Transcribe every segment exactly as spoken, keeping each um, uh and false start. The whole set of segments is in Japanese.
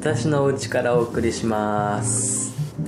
私のお家からお送りします。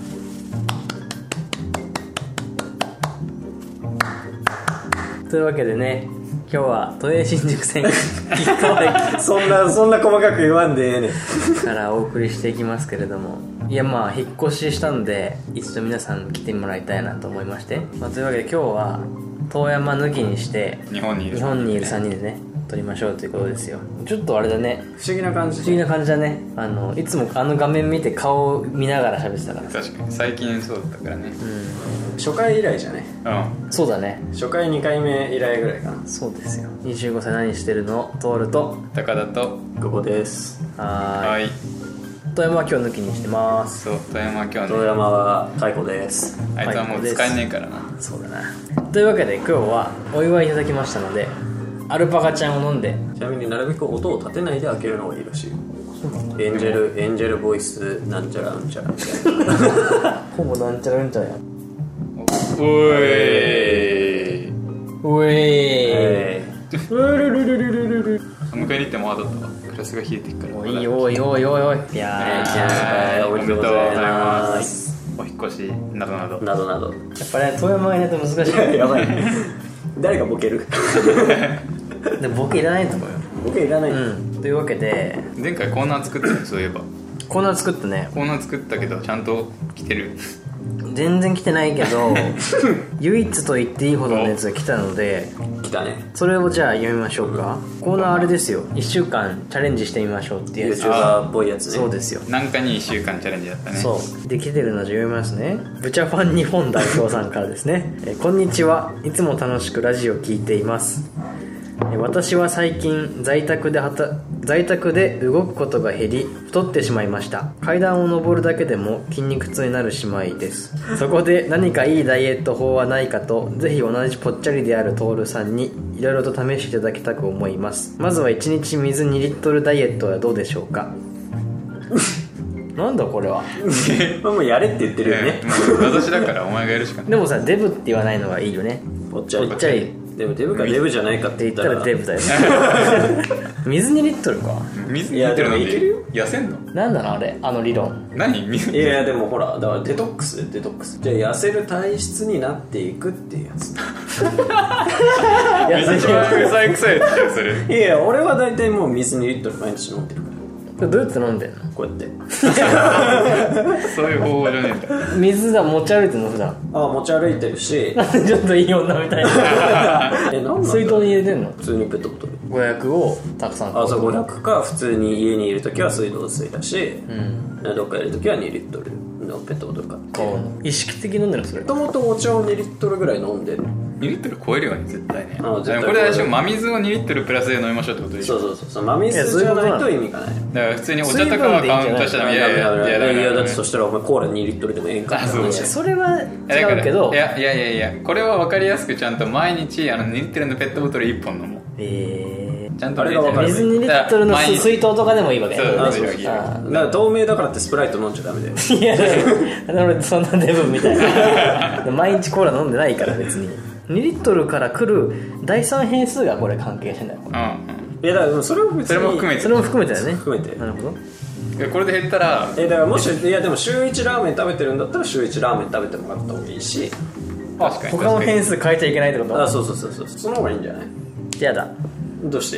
というわけでね、今日は都営新宿線吉川駅そんなそんな細かく言わんでええねんからお送りしていきますけれども、いやまあ引っ越ししたんで一度皆さん来てもらいたいなと思いまして、まあ、というわけで今日は遠山抜きにして日本にいる日本にいるさんにんでね撮りましょうということですよ。ちょっとあれだね、 不思議な感じ不思議な感じだね。あのいつもあの画面見て顔を見ながら喋ってたから確かに最近そうだったからね。 うん、 初回以来じゃね。 うんそうだね、 初回にかいめ以来ぐらいかな。 そうですよ。にじゅうごさい何してるのトールと高田とここです。 はーい、 はい遠山は今日抜きにしてます。 そう富山は今日遠ね山は太鼓です。 あいつはもう使えねえからな。 そうだな。というわけで今日はお祝いいただきましたのでアルパカちゃんを飲んで。 ちなみになるべく音を立てないで開けるのがいいらしいよ。エンジェルエンジェルボイスなんちゃらうんちゃらみたいなほぼなんちゃらうんちゃらや。 おいうええーうるるるるるるる。 迎えに行ってもまだだったわ。クラスが冷えてるから。 おいおいおいおいおい。いやー、 ー、 おめでとうございます。 す。お引っ越しなどなど。 などなど。 やっぱね遠山がいないと難しい。 やばい誰がボケるで僕いらないと思うよ。 ボケいらない、 うん。というわけで前回コーナー作ったよそういえば。 コーナー作ったね。 コーナー作ったけどちゃんと来てる。 全然来てないけど唯一と言っていいほどのやつが来たので来たね。 それをじゃあ読みましょうか。コーナーあれですよ、いっしゅうかんチャレンジしてみましょうっていうやつ。 YouTuber っぽいやつね。 そうですよ。 なんかにいっしゅうかんチャレンジだったね。 そうで来てるので読みますね。ブチャファン日本代表さんからですねえこんにちは、いつも楽しくラジオを聞いています。え私は最近在宅ではた在宅で動くことが減り太ってしまいました。階段を上るだけでも筋肉痛になる姉妹です。そこで何かいいダイエット法はないかと、ぜひ同じぽっちゃりであるトールさんにいろいろと試していただきたく思います。まずはいちにち水にリットルダイエットはどうでしょうかなんだこれはまあもうやれって言ってるよね、 えーもう私だからお前がやるしかない。 でもさデブって言わないのがいいよね。 ぽっちゃりぽっちゃりでもデブかデブじゃないかっって言ったて言ったららデブだよ水にリットルか。 水に入ってるのにいやでもいけるよ痩せんの？ なんだろうあれ、あの理論。 何水いやいやでもほらだからデトックスデトックスじゃあ痩せる体質になっていくっていうやついや水はうざいくさいやつだよそれ。 いやいや俺は大体もう水にリットル毎日飲んでるからどうやって飲んでんの？ こうやってそういう方法じゃねえんだ。 水だ持ち歩いてんの普段。 あ持ち歩いてるしちょっといい女みたいなえなんなんだ水筒に入れてんの？ 普通にペットボトルごひゃくをたくさん。 あそうごひゃくか普通に家にいるときは水道水だし、 うんどっかいるときはにリットルのペットボトル買って買うの。意識的に飲んでるのそれ。 もともとお茶をにリットルぐらい飲んでるにリットル超えるよね絶対ね。 あ絶対でもこれは私も真水をにリットルプラスで飲みましょうってことでしょ。 そうそうそうそう真水じゃないと意味がないだから普通にお茶とかはカウントしたらいやいやいやいやいやだってそしたらお前コーラにリットルでもええんかって話やそれは違うけど。 いやいやいやいやこれは分かりやすくちゃんと毎日あのにリットルのペットボトルいっぽん飲もう。 えちゃんとあれが分かる水にリットルの水筒とかでもいいわけ。 そうあそうそういいわあだから透明だからってスプライト飲んじゃダメだよいや俺そんなデブみたいな毎日コーラ飲んでないから別に。にリットルから来る第三変数がこれ関係してんだよ。 うんうんいやだからそれも別にそれも含めてそれも含めてだよね。 含めてなるほど。 いやこれで減ったらえだからもしいやでも週いちラーメン食べてるんだったら週いちラーメン食べてもらった方がいいし確かに他の変数変えちゃいけないってこと？ あそうそうそうそうその方がいいんじゃないやだ。 どうして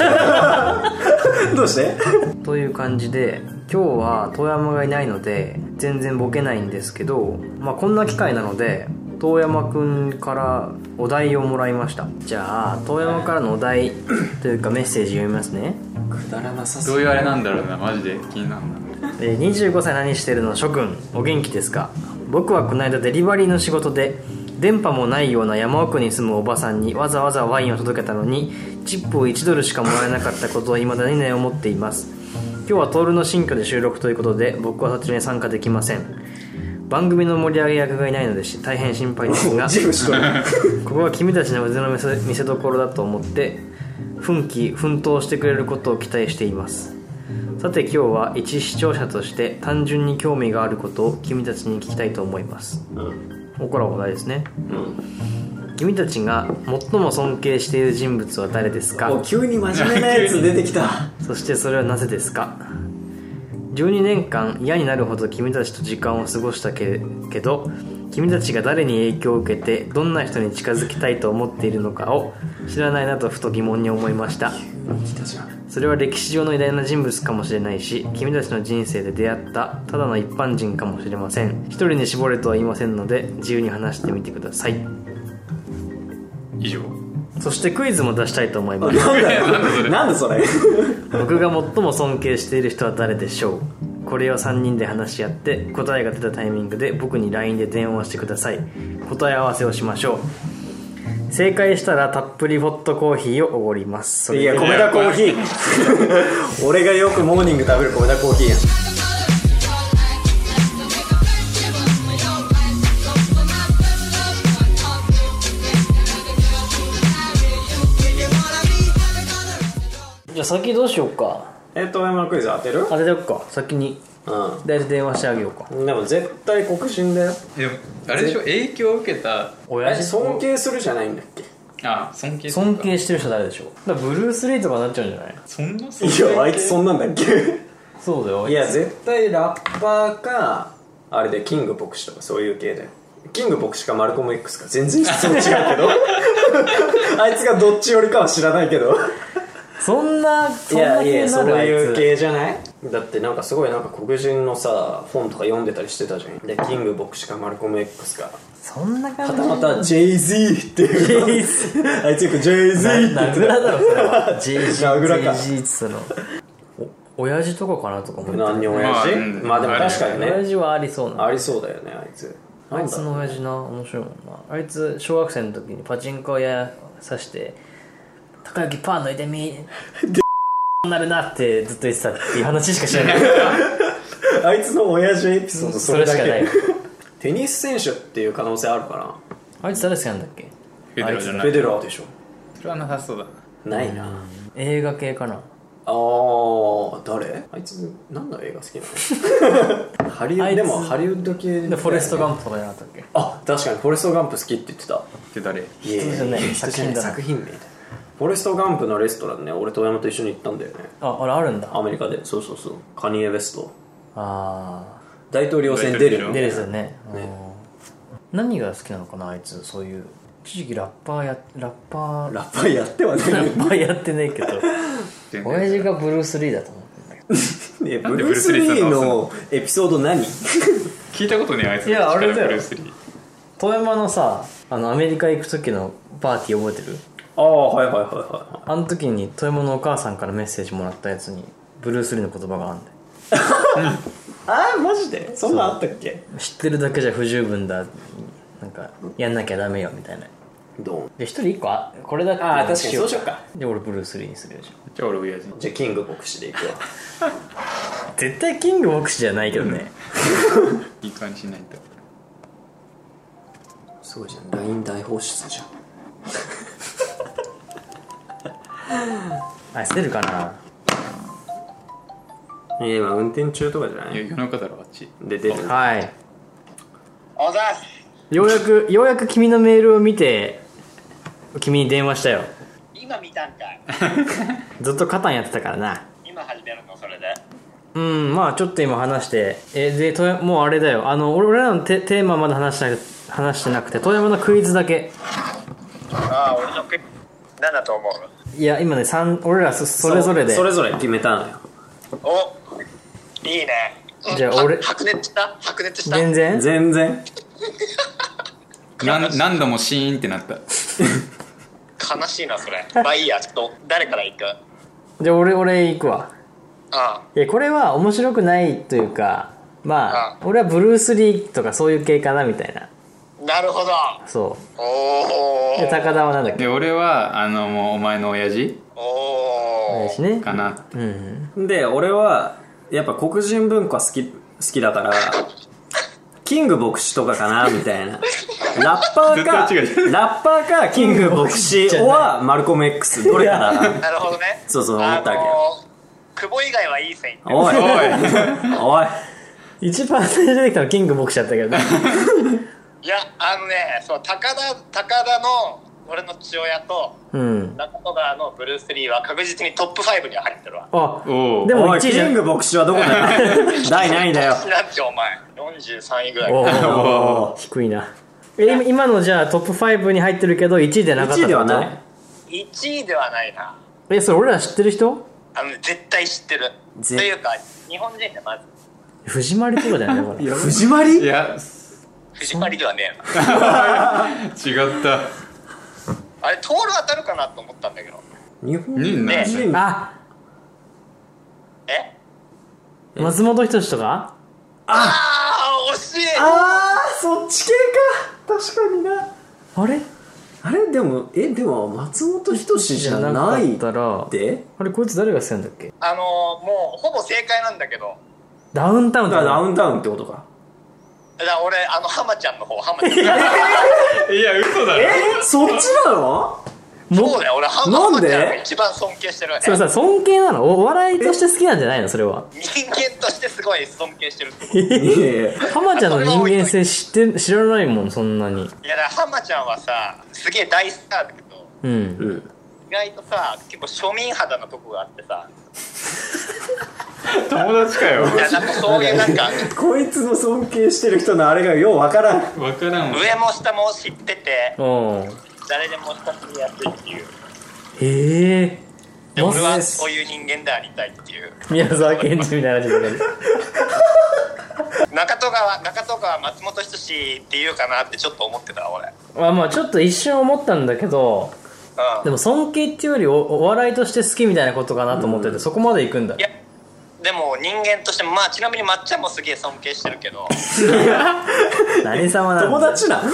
どうしてという感じで今日は遠山がいないので全然ボケないんですけど、まあ、こんな機会なので遠山くんからお題をもらいました。じゃあ遠山からのお題というかメッセージ読みますね。 くだらなさどういうあれなんだろうなマジで気になるな。 えーにじゅうごさい何してるの諸君お元気ですか？僕はこの間デリバリーの仕事で電波もないような山奥に住むおばさんにわざわざワインを届けたのにチップをいちドルしかもらえなかったことを未だにね思っています。今日はトールの新居で収録ということで僕はそちらに参加できません。番組の盛り上げ役がいないので大変心配ですがここは君たちの腕の見せ、見せ所だと思って奮起奮闘してくれることを期待しています。さて今日は一視聴者として単純に興味があることを君たちに聞きたいと思います。 うんここからお題ですね。 うん君たちが最も尊敬している人物は誰ですか？ お急に真面目なやつ出てきたそしてそれはなぜですか？ じゅうにねんかん嫌になるほど君たちと時間を過ごしたけけど君たちが誰に影響を受けてどんな人に近づきたいと思っているのかを知らないなとふと疑問に思いました。それは歴史上の偉大な人物かもしれないし君たちの人生で出会ったただの一般人かもしれません。一人に絞れとは言いませんので自由に話してみてください。 以上。 そしてクイズも出したいと思います。 なんだよなんでそれ僕が最も尊敬している人は誰でしょう。これをさんにんで話し合って答えが出たタイミングで僕に ライン で電話してください。答え合わせをしましょう。正解したらたっぷりホットコーヒーをおごります。それいや米田コーヒー俺がよくモーニング食べる米田コーヒーやん。 じゃあ先どうしようか。 えっと山のクイズ当てる？ 当てておくか先に。 う大体電話してあげようか。 んでも絶対黒人だよ。 でもあれでしょ、影響を受けた。 え尊敬するじゃないんだっけ？ あ、尊敬するか。 尊敬してる人誰でしょう。だからブルース・リーとかになっちゃうんじゃない？ そんな。 いやあいつそんなんだっけそうだよ。 いや絶対ラッパーかあれでキング牧師とかそういう系だよ。キング牧師かマルコム X か全然質問違うけどあいつがどっちよりかは知らないけどそんなそんないやいや系になるあいそういうつ。 系じゃない？だってなんかすごいなんか黒人のさ本とか読んでたりしてたじゃん。でキング牧師かマルコム X かそんな感じ。 はたまた ジェイズイー っていうあいつよく ジェイズイー って言って名倉だろそれは。ジェイジー名倉かジェイジーっつうの。お親父とかかなとか思って。 何に親父、 まあうんまあでも確かにね親父はありそうな。 ありそうだよねあいつ。 あいつの親父な面白いもんな。あいつ小学生の時にパチンコ屋さして高雪パー抜いてみなるなってずっと言ってたっていう話しか知らないあいつの親父エピソードそれだけ。 それしかないテニス選手っていう可能性あるかな。 あいつ誰好きなんだっけ。 フェデラーじゃない。 フェデラーでしょ。 それはなさそうだな。 ないな。 映画系かな。 あー誰？あいつなんだ映画好きなのハリウッドでもハリウッド系でフォレストガンプとかじゃなかったっけ。 あ確かにフォレストガンプ好きって言ってた。 で誰？ いや人じゃない人作品だな作品名だ。フォレストガンプのレストランね俺と山と一緒に行ったんだよね。 ああれあるんだ。 アメリカで。そうそうそうカニエ・ウェストあ大統領選出るあ出るですよね。 ねうん何が好きなのかなあいつ。そういう一時期ラッパーやラッパーラッパーやってはねラッパーやってないけど全然親父がブルース・リーだと思ってんだけど。 ねなんでブルース・リーブルースリーのエピソード何聞いたことねえあいつのいやあれだよブルースリー。 富山のさあのアメリカ行く時のパーティー覚えてる？ ああはいはいはいはあの時に富山のお母さんからメッセージもらったやつにブルース・リーの言葉があるんだよ。 い。ああマジでそんなんあったっけ？ 知ってるだけじゃ不十分だなんかやんなきゃダメよみたいな。 どう？ で一人一個あこれだってああ確かにそうしようか。 で俺ブルース・リーにするよじゃん。 じゃあ俺親父。 じゃあキング牧師でいくわ。 絶対キング牧師じゃないけどね。 いい感じしないと。 すごいじゃん ライン 大放出じゃん。 あいつ出るかな。 いや今運転中とかじゃないいや夜中だろあっちで出る。 はいおざす。 ようやくようやく君のメールを見て君に電話したよ。 今見たんかい。 ずっとカタンやってたからな。 今始めるのそれで。 うんまあちょっと今話してえでともうあれだよあの俺らのテテーマまだ話してな話してなくて富山のクイズだけ。 ああ俺のクイズ何だと思う？ いや今ね三俺らそそれぞれでそれぞれ決めたのよ。 おいいね。 じゃあ俺は白熱した白熱した。 全然全然なん何度もシーンってなった悲しいなそれ。まあいいやちょっと誰から行く？ じゃあ俺俺行くわ。 あいやこれは面白くないというかまああ俺はブルース・リーとかそういう系かなみたいな。 あなるほど。 そおお。 うで高田はなんだっけ。 で俺はあのもうお前の親父おお。 しねかな。 うんで俺はやっぱ黒人文化好き好きだからキング牧師とかかなみたいな。ラッパーか絶対違うラッパーかキング牧師はマルコム X どれかな。 なるほどね。 そうそう思ったわけよ。 あのー久保以外はいい線いってる。 おいおいおい一番最初に出てきたのキング牧師だったけどね。 いやあのねそう高田高田の俺の父親とうん中戸川のブルース・リーは確実にトップファイブには入ってるわ。 あおおでもおいいちいじゃんキング牧師はどこだよ第何位だよなんてお前よんじゅうさんいぐらい。 おおー低いな。え今今のじゃあトップファイブに入ってるけどいちいでなかったいちいではってことないいちいではないな。 えそれ俺ら知ってる人？ あの絶対知ってるとぜいうか日本人でまず藤丸とかじゃないのこれ。 いや藤丸いや藤張りではねえな。 違ったあれトール当たるかなと思ったんだけど。 日本人ね人あえ松本人志とか？ ああ惜しい。 あーそっち系か確かになあれあれでもえでも松本人志じゃなかないったらであれこいつ誰が好きなんだっけ？ あのー、もうほぼ正解なんだけど、 ダウンタウンとか。 だからダウンタウンってことかだから俺あの浜ちゃんの方浜ちゃんいや嘘だろえそっちなのそうだよ俺浜なんで浜ちゃんが一番尊敬してる。 それさ尊敬なの？お笑いとして好きなんじゃないのそれは？ 人間としてすごい尊敬してる。 いやいや浜ちゃんの人間性知って知らないもんそんなに。 いやだから浜ちゃんはさすげえ大スターだけどうんうん意外とさ結構庶民肌なとこがあってさ、 友達かよいやなんかそういうなんかこいつの尊敬してる人のあれがようわからん分からんわ上も下も知ってておう誰でも親しみやすいっていう。 へえで俺はですそういう人間でありたいっていう。 宮沢賢治みたいな感じで中戸川中戸川松本人志っていうかなってちょっと思ってた俺。 まあまあちょっと一瞬思ったんだけどうんでも尊敬っていうより お, お笑いとして好きみたいなことかなと思ってて、そこまで行くんだ。 いやでも人間としてもまあちなみにまっちゃんもすげえ尊敬してるけど何様なんだ友達な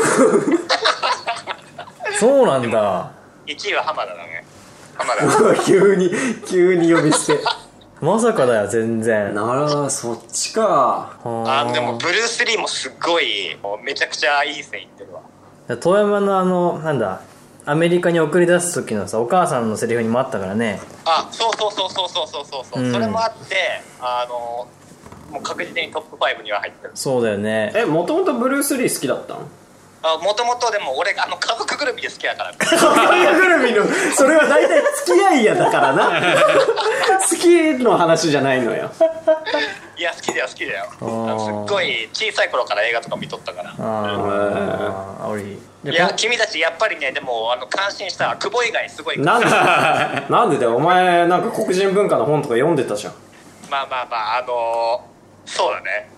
そうなんだ。 いちいは浜田だね。浜田急に急に呼び捨てまさかだよ全然。 ならそっちかあでもブルース・リーもすっごいもうめちゃくちゃいい線いってるわ。 遠山のあのなんだアメリカに送り出す時のさお母さんのセリフにもあったからね。 あそうそうそうそうそうそうそうそう、 うんそれもあってあのもう確実にトップファイブには入ってる。 そうだよね。 えもともとブルース・リー好きだったのもともとでも俺あの家族ぐるみで好きだから家族ぐるみのそれは大体付き合いやだからな好きの話じゃないのよいや好きだよ好きだよ。 あーあのすっごい小さい頃から映画とか見とったから。 ああ、俺いいや君たちやっぱりねでもあの感心した久保以外すごい。 なんでなんでだよお前なんか黒人文化の本とか読んでたじゃんまあまあまああのー、そうだね。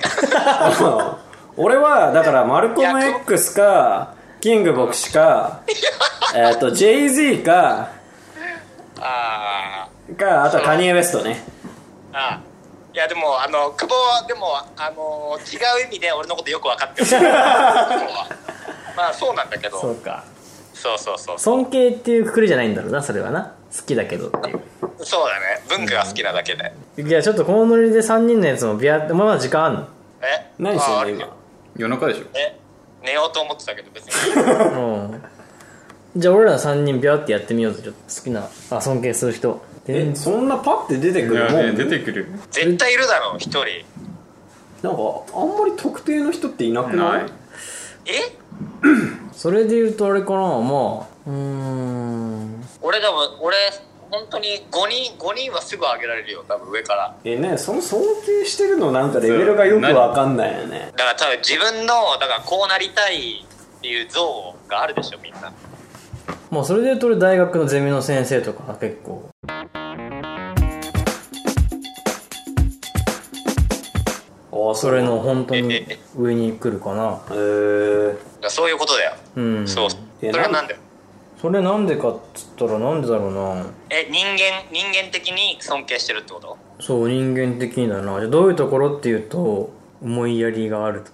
俺はだからマルコム X かキング牧師かえっと ジェイゼー かあーかあとはカニエ・ウェストねあーいやでもあの久保はでもあのー、違う意味で俺のことよく分かってる久保はまあそうなんだけどそうかそうそうそう尊敬っていうくくりじゃないんだろうなそれはな。好きだけどっていう。 そうだね文化が好きなだけで。 いやちょっとこのノリでさんにんのやつもビアってまだ時間あんの？ え何してんのあー今夜中でしょえ寝ようと思ってたけど別にうんじゃあ俺らさんにんビャーってやってみようぜ。ちょっと好きなあ尊敬する人。 えそんなパッて出てくいやるもんね出てくる絶対いるだろう一人。 なんかあんまり特定の人っていなくないないえそれで言うとあれかな。まあうーん俺でも俺本当にごにんごにんはすぐ上げられるよ多分上から。 えねその尊敬してるのなんかレベルがよくわかんないよねだから多分自分のだからこうなりたいっていう像があるでしょみんな。 もうそれで言うと俺大学のゼミの先生とか結構あそれの本当にええ上に来るかな。 へーだからそういうことだよ、 うんそうそえれはなんだよ。 それなんでかっつったらなんでだろうな。 え人間人間的に尊敬してるってこと？ そう人間的にだな。じゃあどういうところっていうと思いやりがあると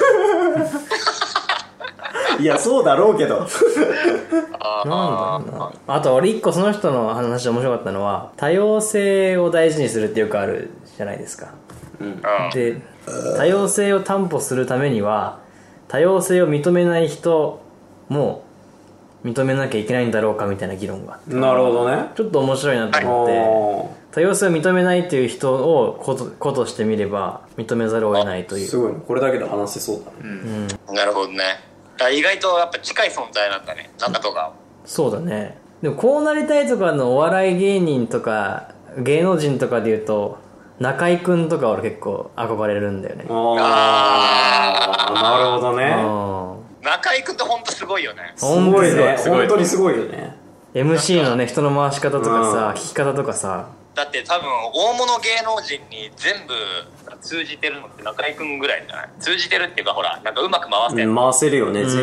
いやそうだろうけどあなんだろうな。あと俺一個その人の話で面白かったのは多様性を大事にするってよくあるじゃないですか。 うんで多様性を担保するためには多様性を認めない人も認めなきゃいけないんだろうかみたいな議論がなるほどねちょっと面白いなと思って、多様性を認めないっていう人をことことしてみれば認めざるを得ないという。 すごいねこれだけで話せそうだねなるほどね。だから意外とやっぱ近い存在なんだね中とか。 そうだね。でもこうなりたいとかのお笑い芸人とか芸能人とかでいうと中居君とか俺結構憧れるんだよね。 ああなるほどね。 中居君って本当すごいよね。 すごいね。本当にすごいよね。 エムシー のね人の回し方とかさ、聞き方とかさ。 だって多分大物芸能人に全部通じてるのって中居君ぐらいじゃない？通じてるっていうかほらなんかうまく回せる、 うん、回せるよね、うん、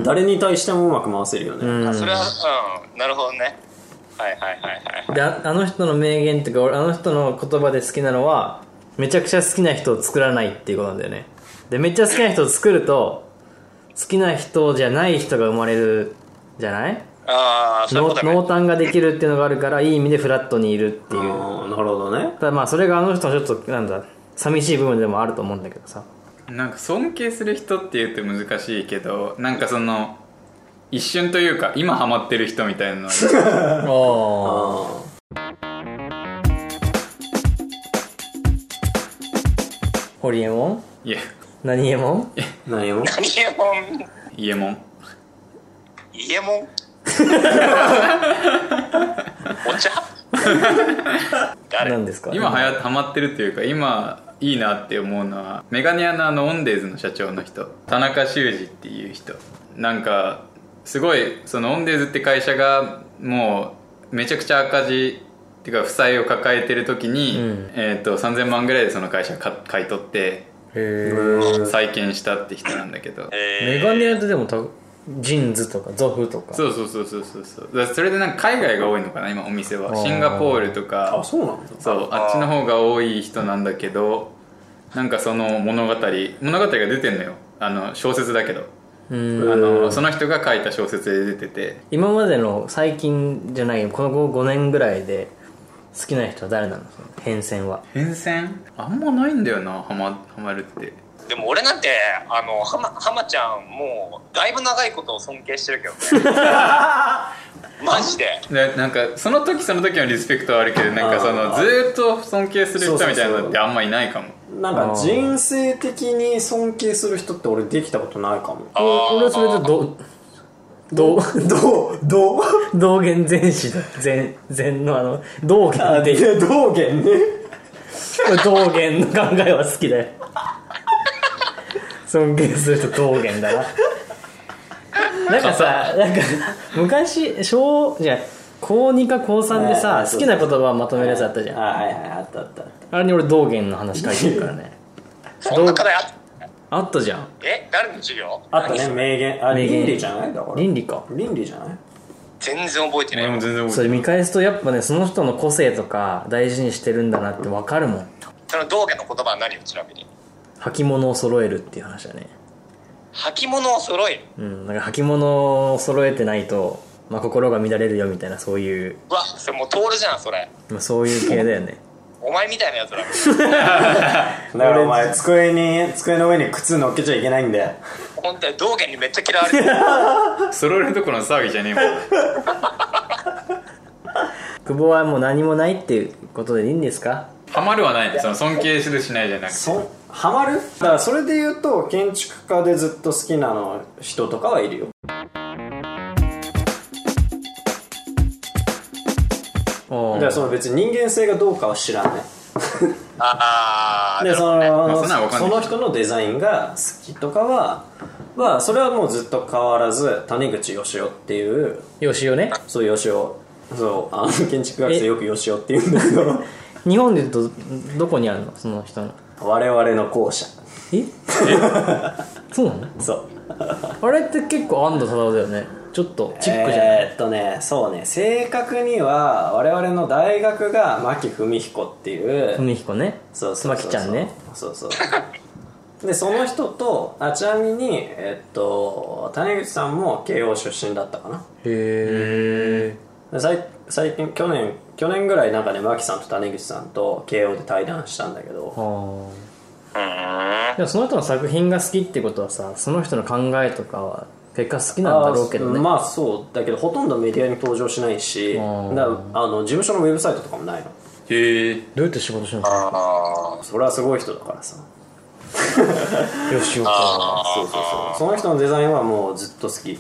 誰に対してもうまく回せるよね、 うん、あそれはうんなるほどね。はいはいはいはい。 で あ, あの人の名言っていうか俺あの人の言葉で好きなのはめちゃくちゃ好きな人を作らないっていうことなんだよね。でめっちゃ好きな人を作ると好きな人じゃない人が生まれるじゃない？ あそういうことね。 濃淡ができるっていうのがあるからいい意味でフラットにいるっていう。 あなるほどね。 ただまあそれがあの人のちょっとなんだ寂しい部分でもあると思うんだけどさ。 なんか尊敬する人って言うと難しいけどなんかその一瞬というか今ハマってる人みたいなのあホリエモン？ いや何エモン？ 何エモン？ 何エモン？ イエモンイエモンお茶誰？ 何ですか？ 今はやハマってるっていうか今いいなって思うのはメガネ屋のあのオンデーズの社長の人田中修二っていう人なんかすごいそのオンデーズって会社がもうめちゃくちゃ赤字っていうか負債を抱えてる時に、うん、えー、とさんぜんまんぐらいでその会社買い取って再建したって人なんだけど、 メガネ屋ってでもたジーンズとかゾフとかそうそうそうそうそうそうそれでなんか海外が多いのかな今お店はシンガポールとかあそうなんだそうあっちの方が多い人なんだけどなんかその物語物語が出てんのよあの小説だけどうんあのその人が書いた小説で出てて今までの最近じゃないこのごねんぐらいで好きな人は誰なの？変遷は変遷あんまないんだよなハマ、ハマるってでも俺なんてあのハマ、ハマちゃんもうだいぶ長いことを尊敬してるけどねマジででなんかその時その時のリスペクトはあるけどなんかそのずーっと尊敬する人みたいなのってあんまいないかも。 なんか人生的に尊敬する人って俺できたことないかも。 俺はそれでどどどど道元禅師だ禅禅のあの道元っていう道元ね道元の考えは好きだよ尊敬すると道元だななんかさなんか昔小じゃ高にか高さんでさ好きな言葉をまとめるやつあったじゃん。 はいはいあったあったあれに俺道元の話書いてるからねそんな課題あったあったじゃん。 え誰の授業？ あったね名言あ倫理じゃないだから倫理か倫理じゃない全然覚えてない。 俺も全然覚えてない。 それ見返すとやっぱねその人の個性とか大事にしてるんだなって分かるもん。 その道元の言葉は何をちなみに？ 履物を揃えるっていう話だね。 履物を揃える？ うんなんか履物を揃えてないと、まあ、心が乱れるよみたいなそういううわそれもう通るじゃんそれ、 まあ、そういう系だよねお前みたいなやつらだからお前机に机の上に靴乗っけちゃいけないんだよ。 本当に道元にめっちゃ嫌われてる揃えるところの騒ぎじゃねえもん久保はもう何もないっていうことでいいんですか？ ハマるはないねその尊敬するしないじゃなくてそハマるだからそれで言うと建築家でずっと好きなの人とかはいるよ。だからその別に人間性がどうかは知らないああでその、 まあ、そんなの分かんないその人のデザインが好きとかはまあそれはもうずっと変わらず谷口義雄っていうよしおねそう義雄そうあの建築学生よく義雄って言うんだけど日本で言うとどこにあるのその人の我々の校舎えそうなの？ そうあれって結構安藤忠雄だよね。ちょっとチックじゃない？ えー、っとねそうね正確には我々の大学が牧文彦っていう文彦ねそうそうそうそう牧ちゃんねそうそうでその人とあちなみにえっと谷口さんも慶応出身だったかな。 へえ最最近去年去年ぐらいなんかね牧さんと谷口さんと慶応で対談したんだけどはあでもその人の作品が好きってことはさその人の考えとかは結果好きなんだろうけどね。 あまあそうだけどほとんどメディアに登場しないしだあの事務所のウェブサイトとかもないの。 へえどうやって仕事してるの？ あそれはすごい人だからさよしおかそうそうそうその人のデザインはもうずっと好き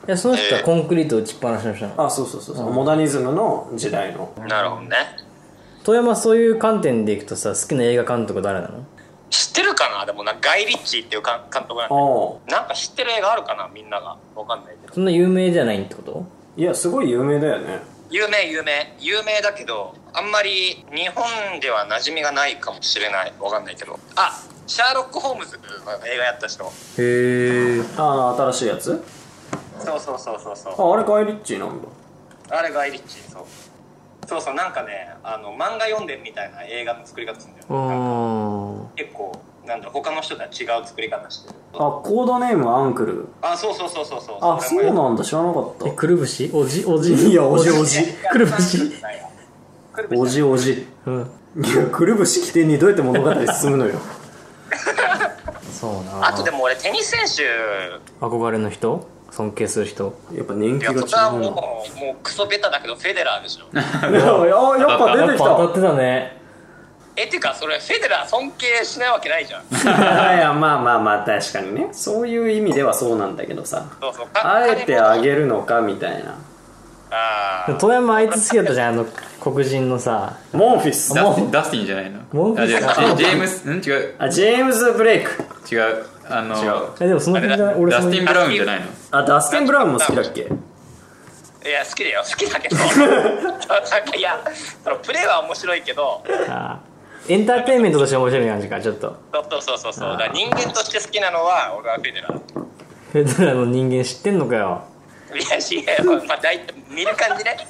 いやその人はコンクリート打ちっぱなしの人なの。 あ、そうそうそうそう、モダニズムの時代の。 なるほどね。 遠山そういう観点でいくとさ、好きな映画監督誰なの？ 知ってるかな。でもなガイ・リッチーっていうか監督なんで、 ああ、 なんか知ってる映画あるかな、みんなが。わかんないけど。 そんな有名じゃないってこと？ いやすごい有名だよね。 有名有名有名だけど、あんまり日本では馴染みがないかもしれない。わかんないけど。あ、シャーロック・ホームズの映画やった人。 へえ。 あの新しいやつ。 そうそうそうそうそう。 ああれガイ・リッチーなんだ。 あれガイ・リッチー。そうそうそう、なんかね、あの漫画読んでるみたいな映画の作り方するんだよ。 あ結構なんだろう、他の人とは違う作り方してる。 あ、コードネームアンクル。 あ、そうそうそうそうそう。 あ、 れもそうなんだ、知らなかった。 え、くるぶしおじおじいやおじおじくるぶしおじおじ。 うんいやくるぶし起点にどうやって物語進むのよ。 そうなあとでも俺テニス選手、 憧れの人尊敬する人やっぱ年季いやが違うそれはもうな。 もうクソベタだけどフェデラーでしょ。 いややっぱ出てきた。 やっぱ当たってたね。 え、てかそれフェデラー尊敬しないわけないじゃん。 いやまあまあまあ確かにね、そういう意味ではそうなんだけどさ、 そうそう、 あえてあげるのかみたいな。 あー遠山あいつ好きだったじゃん、あの黒人のさ。 モンフィス。 ダスティンダスティンじゃないの？ モンフィスあ、じゃあジェジェームスん違うあ、ジェームズ・ブレイク。 違うあの違うえでもその辺じゃない、俺そのダスティン・ブラウンじゃないの？ あ、ダスティン・ブラウンも好きだっけ。 いや好きだよ、好きだけどなんかいやそのプレーは面白いけど、 あエンターテインメントとして面白い感じか、ちょっと。 そうそうそうそう、だから人間として好きなのは俺はフェデラー。 フェデラーの人間知ってんのかよ。 いやいや、まあ大体見る感じね。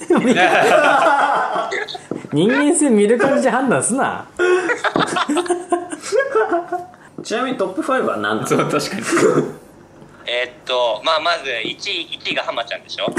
人間性見る感じで判断すな。 ちなみにトップファイブは何なの？ そう確かにえーっとまあまずいちいいちいが浜ちゃんでしょ。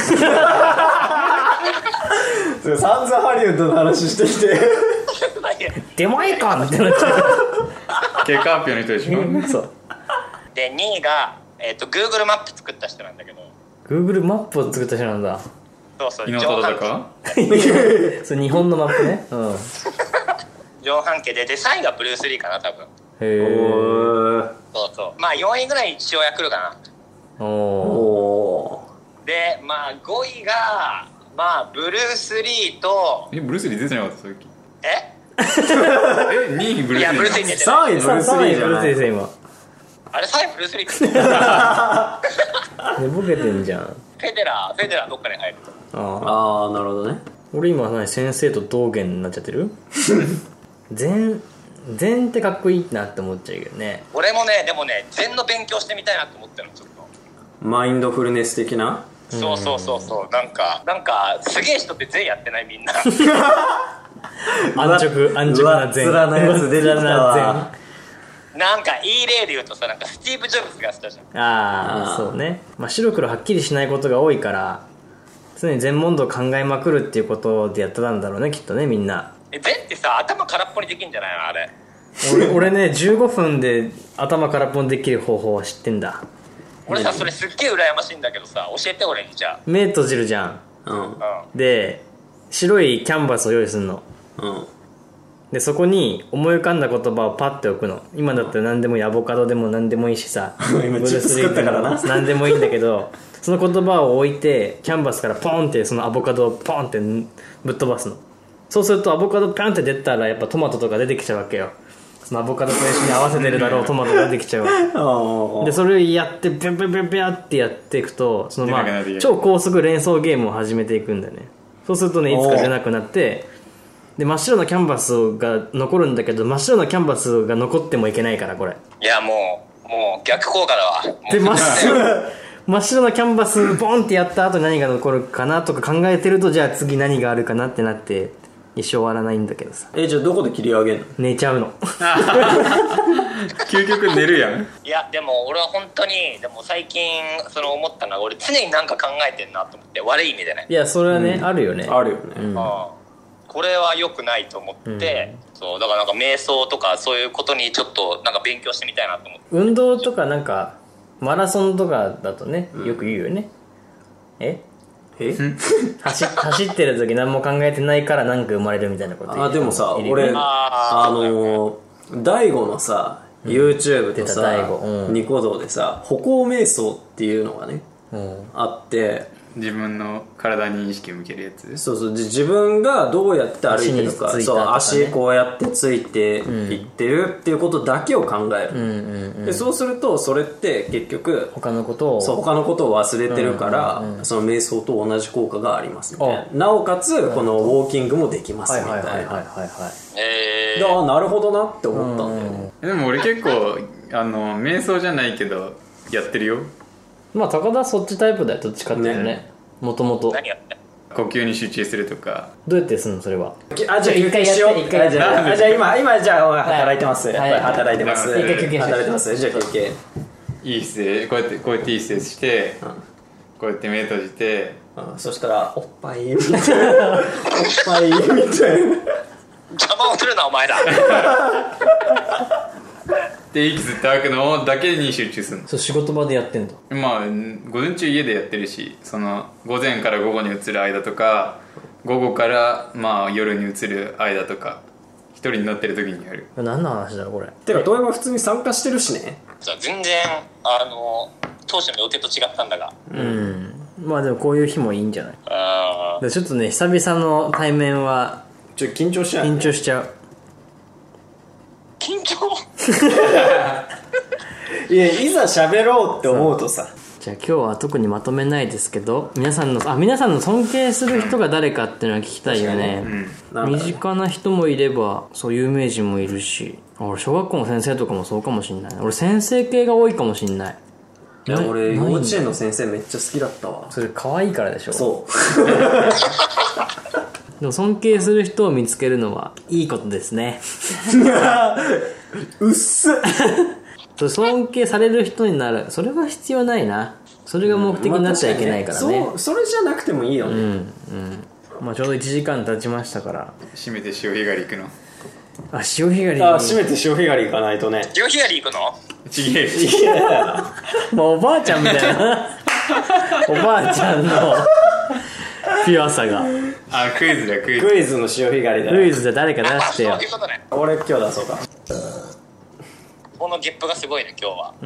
散々ハリウッドの話してきて。 出前かってなっちゃ結果発表の人でしょう。そう。 でにいが、えーっと Google マップ作った人なんだけど、 Google マップを作った人なんだ。 そうそう、 井の上半忠かそれ日本のマップね。うん。へ上半期ででさんいがブルース・リーかな多分。 え。 そうそう、まあよんいぐらいに父親来るかな。 おおでまあごいがまあブルース・リーとえブルース・リー出てなかったさっきええにいブルース・リーいやブルース・リー出てー。さんいブルース・リーじゃブルース・リない。 ーです今。 あれさんいブルース・リー寝ぼけてんじゃん。 フェデラーフェデラーどっかに入る。 ああ。 ああ、なるほどね。 俺今何先生と同源になっちゃってる？禅禅ってかっこいいなって思っちゃうけどね。 俺もね、でもね禅の勉強してみたいなと思ってるのちょっと。 マインドフルネス的な。 そうそうそうそう、なんかなんかすげえ人って禅やってないみんな。 安直安直な禅。 うわっ面なやつ出てきたわ上っ面ななんかいい例で言うとさ、なんかスティーブ・ジョブズがやってたじゃん。 禅。ああ、 あーそうね。まあ白黒はっきりしないことが多いから常に全問答を考えまくるっていうことでやってたんだろうね、きっとね、みんな。 え禅ってさ頭空っぽにできんじゃないのあれ。 俺俺ねじゅうごふんで頭空っぽにできる方法は知ってんだ。 俺さそれすっげえ羨ましいんだけどさ、教えて俺にじゃ目閉じるじゃん。 うんあ。うん。 で白いキャンバスを用意するの。 うん。 でそこに思い浮かんだ言葉をパッて置くの。今だったら何でもいい、アボカドでも何でもいいしさ今チップ作ったからな何でもいいんだけどその言葉を置いてキャンバスからポンってそのアボカドをポンってぶっ飛ばすの。そうするとアボカドピャンって出たらやっぱトマトとか出てきちゃうわけよ。そのアボカドと一緒に合わせてるだろうトマトが出てきちゃうわああ。 でそれをやってピャピャピャピャってやっていくとそのまあ出なくなっていく超高速連想ゲームを始めていくんだよね。そうするとねいつか出なくなってで真っ白なキャンバスが残るんだけど真っ白なキャンバスが残ってもいけないからこれいやもうもう逆効果だわ。もうで真っ白真っ白なキャンバスボンってやった後に何が残るかなとか考えてるとじゃあ次何があるかなってなって一生終わらないんだけどさえ、じゃあどこで切り上げんの？ 寝ちゃうの究極寝るやんいやでも俺は本当にでも最近その思ったのは俺常に何か考えてんなと思って、悪い意味でね。 いやそれはね、 うんあるよね。 あるよね。 うんああこれは良くないと思って、うん、そうだからなんか瞑想とかそういうことにちょっとなんか勉強してみたいなと思って。 運動とかなんかマラソンとかだとねよく言うよね、うん、ええ走, 走ってる時何も考えてないから何か生まれるみたいなこと言う。 あ、でもさ、 いる俺、 ああのー、大悟のさ、YouTube と出たさ大悟、うんニコ動でさ、歩行瞑想っていうのがね、 あって、 自分の体に意識を向けるやつ。 そうそう、じ自分がどうやって歩いてるか、 足についたとかね、 そう足こうやってついていってるっていうことだけを考える、 うんうんうん、 でそうするとそれって結局他のことをそう他のことを忘れてるから、 うんうんうん、 その瞑想と同じ効果がありますみたいな。なおかつこのウォーキングもできますみたいな。 はいはいはいはいはい。 えで、あ、なるほどなって思ったんだよね。 でも俺結構あの瞑想じゃないけどやってるよ。 まあ高田そっちタイプだよ、どっちかっていうとね、もともと。 何やってん呼吸に集中するとか。 どうやってするのそれは。 あ、じゃあ一回しよう。一回じゃあ、じゃあ今今じゃあ働いてます。 はい働いてます。 一回休憩して働いてます。じゃあ休憩。 いい姿勢、こうやってこうやっていい姿勢して、うん、こうやって目閉じて、 うん、そしたらおっぱいみたいなおっぱいみたいな邪魔をするなお前らで息吸って吐くのだけに集中するの。 そう、仕事場でやってんだ。 まあ午前中家でやってるし、その午前から午後に移る間とか、午後からまあ夜に移る間とか、一人になってる時にやる。 何の話だろこれ。 てかド M 普通に参加してるしね。 全然あの当初の予定と違ったんだが、 うん、まあでもこういう日もいいんじゃない。 あでちょっとね、久々の対面はちょっと緊張しちゃう、 緊張しちゃう。 緊張いや、いざ喋ろうって思うとさ。 じゃあ今日は特にまとめないですけど、皆さんのあ皆さんの尊敬する人が誰かっていうのは聞きたいよね、うん、身近な人もいればそう有名人もいるし、俺小学校の先生とかもそうかもしんない。俺先生系が多いかもしんない。 いや俺幼稚園の先生めっちゃ好きだったわ。 それ可愛いからでしょ。 そうでも尊敬する人を見つけるのはいいことですねうっすそれ尊敬される人になる、それは必要ないな。それが目的になっちゃいけないからね、 まあ、そうそれじゃなくてもいいよね。 うんうん。まあちょうどいちじかん経ちましたから、 締めて潮干狩り行くの。 あ、潮干狩り。 あ、締めて潮干狩り行かないとね。 潮干狩り行くの？ ちげえもうおばあちゃんみたいなおばあちゃんのピュアさが。 あ、クイズだクイズ。 クイズの潮干狩りだ。 クイズで誰か出してよ。 そういうことね。 俺今日出そうか。 このゲップがすごいね今日は。 うん。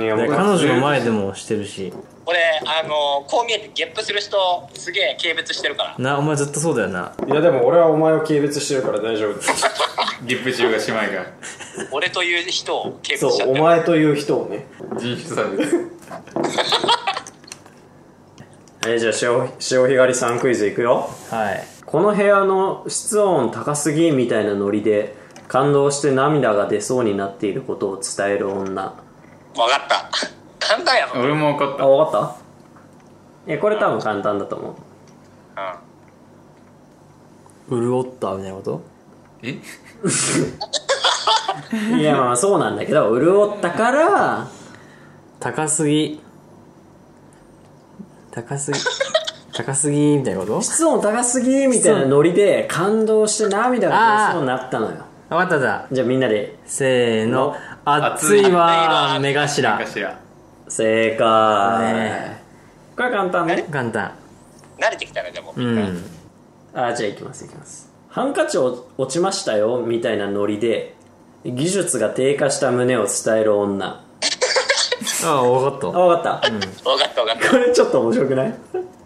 いやで彼女の前でもしてるし。 俺あのこう見えてゲップする人すげえ軽蔑してるから。 な、お前ずっとそうだよな。 いやでも俺はお前を軽蔑してるから大丈夫ですゲップ中が姉妹が俺という人を軽蔑しちゃってる。 そう、お前という人をね。 人種差別えー、じゃあ潮潮干狩りさんクイズいくよ。 はい。 この部屋の室温高すぎみたいなノリで感動して涙が出そうになっていることを伝える女。 わかった簡単やろ。 俺も分かっあ、 た。 分かった。いやこれ多分簡単だと思う。 潤ったみたいなこと？ えいやまあそうなんだけど、潤ったから高すぎ高すぎ高すぎみたいなこと？ 室温高すぎみたいなノリで感動して涙が出そうになったのよ。 分かっただ。 じゃあみんなでせーの。熱いわー目頭。 頭正解、 ね、 これ簡単ね。 簡単。 慣れてきたねでも。 うんあ、じゃあいきますいきます。ハンカチ落ちましたよみたいなノリで技術が低下した旨を伝える女。 ああ、分かった。 あ、分かった、うん、 分かった分かったこれちょっと面白くない？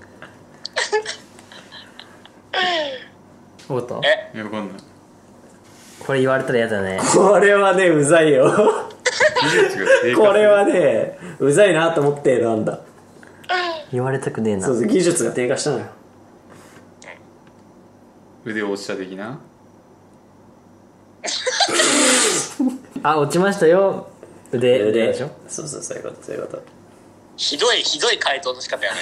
分かった。 えいや分かんない。 これ言われたら嫌だね。 これはねうざいよ技術が低下する。 これはねうざいなと思って選んだ。 言われたくねえな。 そうそう、技術が低下したのよ。 腕を落ちた的な。 あ、落ちましたよ腕腕でしょ。 そうそう、そういうことそういうこと。 ひどいひどい回答の仕方やね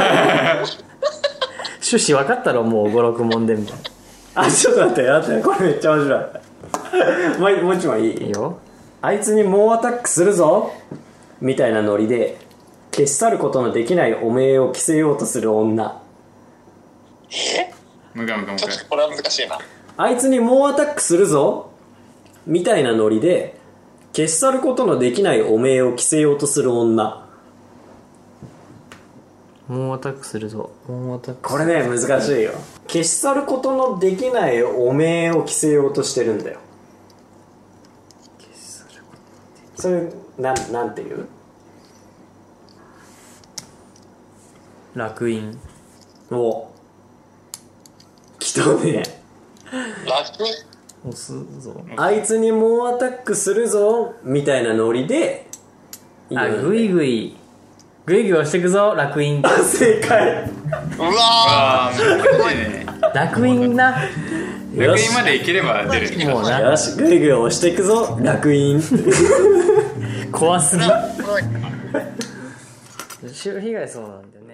趣旨分かったろもうごろく問でみたいな。 あ、ちょっと待って待って、これめっちゃ面白いもうもう一問いい？ いいよ。 あいつに猛アタックするぞみたいなノリで消し去ることのできない汚名を着せようとする女。 えむかむかむか。 ちょっとこれは難しいな。 あいつに猛アタックするぞみたいなノリで消し去ることのできない汚名を着せようとする女。 もうアタックするぞ。もうアタック。 これね難しいよ。消し去ることのできない汚名を着せようとしてるんだよ。それなんなんていう？ 楽印。 お来たね。 楽押すぞ。 あいつに猛アタックするぞみたいなノリであ、グイグイグイグイ押してくぞ楽印。 あ、正解。 うわああすごいね。 楽印な。 楽印までいければ出るんだ。 もうなよし、グイグイ押していくぞ楽印。 怖すぎ。 ーすごい潮被害そうなんだよね。